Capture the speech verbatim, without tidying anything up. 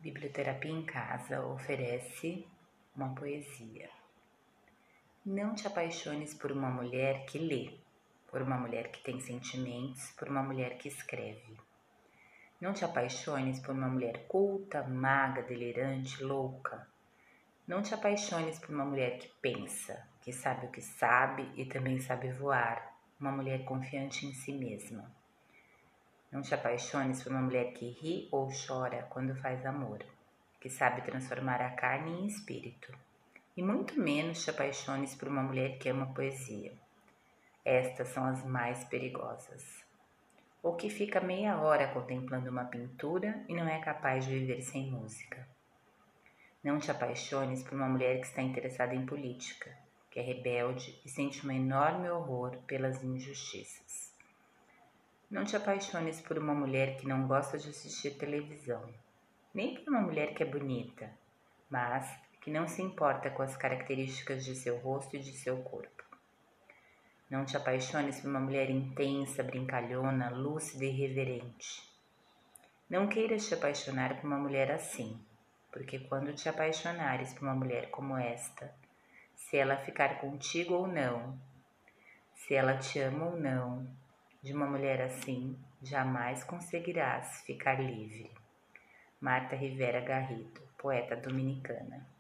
Biblioterapia em Casa oferece uma poesia. Não te apaixones por uma mulher que lê, por uma mulher que tem sentimentos, por uma mulher que escreve. Não te apaixones por uma mulher culta, maga, delirante, louca. Não te apaixones por uma mulher que pensa, que sabe o que sabe e também sabe voar, uma mulher confiante em si mesma. Não te apaixones por uma mulher que ri ou chora quando faz amor, que sabe transformar a carne em espírito. E muito menos te apaixones por uma mulher que ama poesia. Estas são as mais perigosas. Ou que fica meia hora contemplando uma pintura e não é capaz de viver sem música. Não te apaixones por uma mulher que está interessada em política, que é rebelde e sente um enorme horror pelas injustiças. Não te apaixones por uma mulher que não gosta de assistir televisão, nem por uma mulher que é bonita, mas que não se importa com as características de seu rosto e de seu corpo. Não te apaixones por uma mulher intensa, brincalhona, lúcida e irreverente. Não queiras te apaixonar por uma mulher assim, porque quando te apaixonares por uma mulher como esta, se ela ficar contigo ou não, se ela te ama ou não, de uma mulher assim, jamais conseguirás ficar livre. Marta Rivera Garrido, poeta dominicana.